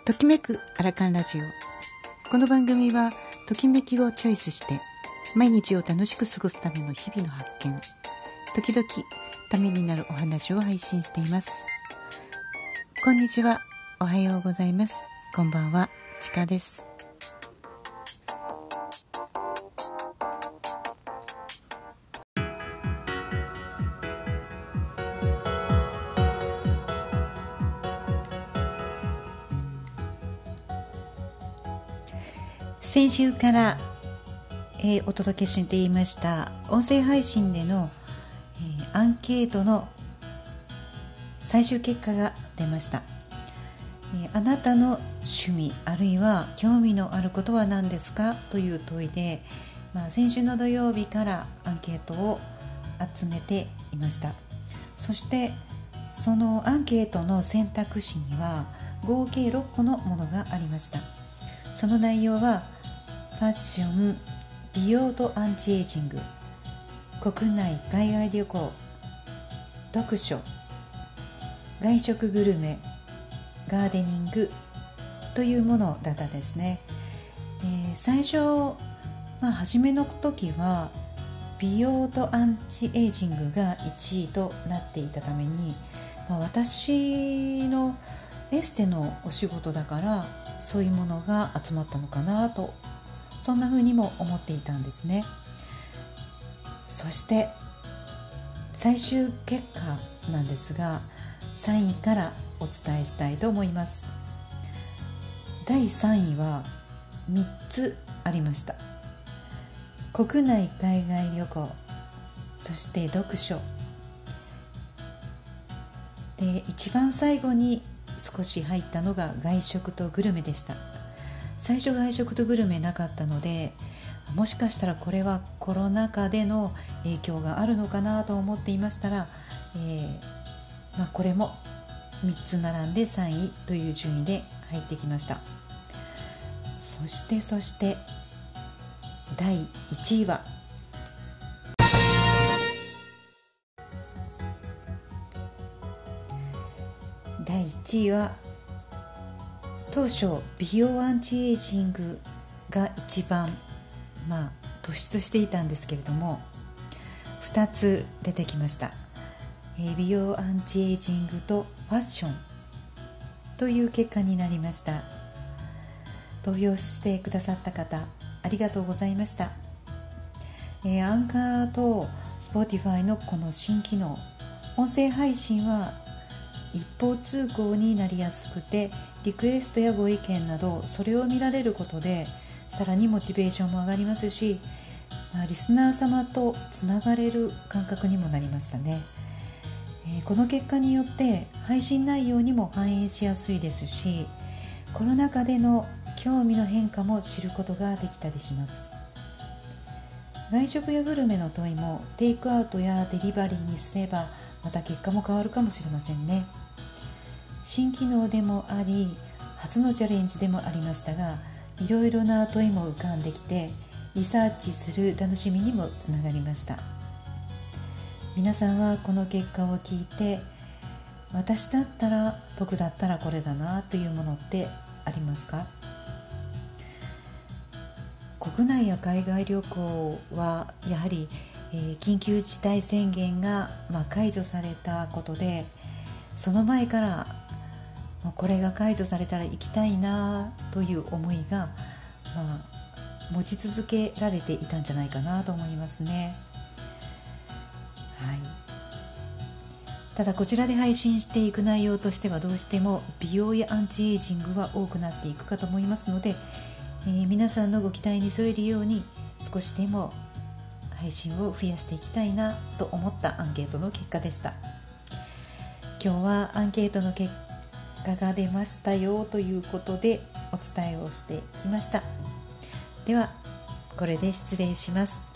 ときめくアラカンラジオ。この番組はときめきをチョイスして毎日を楽しく過ごすための日々の発見、時々ためになるお話を配信しています。こんにちは、おはようございます、こんばんは、ちかです。先週から、お届けしていました音声配信での、アンケートの最終結果が出ました。あなたの趣味あるいは興味のあることは何ですかという問いで、先週の土曜日からアンケートを集めていました。そしてそのアンケートの選択肢には合計6個のものがありました。その内容はファッション、美容とアンチエイジング、国内海外旅行、読書、外食グルメ、ガーデニングというものだったですね。最初、初めの時は美容とアンチエイジングが1位となっていたために、私のエステのお仕事だからそういうものが集まったのかなと、そんな風にも思っていたんですね。そして最終結果なんですが、3位からお伝えしたいと思います。第3位は3つありました。国内海外旅行、そして読書で、一番最後に少し入ったのが外食とグルメでした。最初外食とグルメなかったので、もしかしたらこれはコロナ禍での影響があるのかなと思っていましたら、これも3つ並んで3位という順位で入ってきました。そして第1位は第1位は当初美容アンチエイジングが一番突出していたんですけれども、2つ出てきました。美容アンチエイジングとファッションという結果になりました。投票してくださった方ありがとうございました。アンカーと Spotify のこの新機能、音声配信は一方通行になりやすくて、リクエストやご意見などそれを見られることでさらにモチベーションも上がりますし、リスナー様とつながれる感覚にもなりましたね。この結果によって配信内容にも反映しやすいですし、コロナ禍での興味の変化も知ることができたりします。外食やグルメの問いもテイクアウトやデリバリーにすればまた結果も変わるかもしれませんね。新機能でもあり初のチャレンジでもありましたが、いろいろな問いも浮かんできてリサーチする楽しみにもつながりました。皆さんはこの結果を聞いて、私だったら、僕だったらこれだなというものってありますか？国内や海外旅行はやはり、緊急事態宣言が、解除されたことで、その前からこれが解除されたら行きたいなという思いが、持ち続けられていたんじゃないかなと思いますね。ただこちらで配信していく内容としてはどうしても美容やアンチエイジングは多くなっていくかと思いますので、皆さんのご期待に添えるように少しでも配信を増やしていきたいなと思ったアンケートの結果でした。今日はアンケートの結果が出ましたよということでお伝えをしてきました。ではこれで失礼します。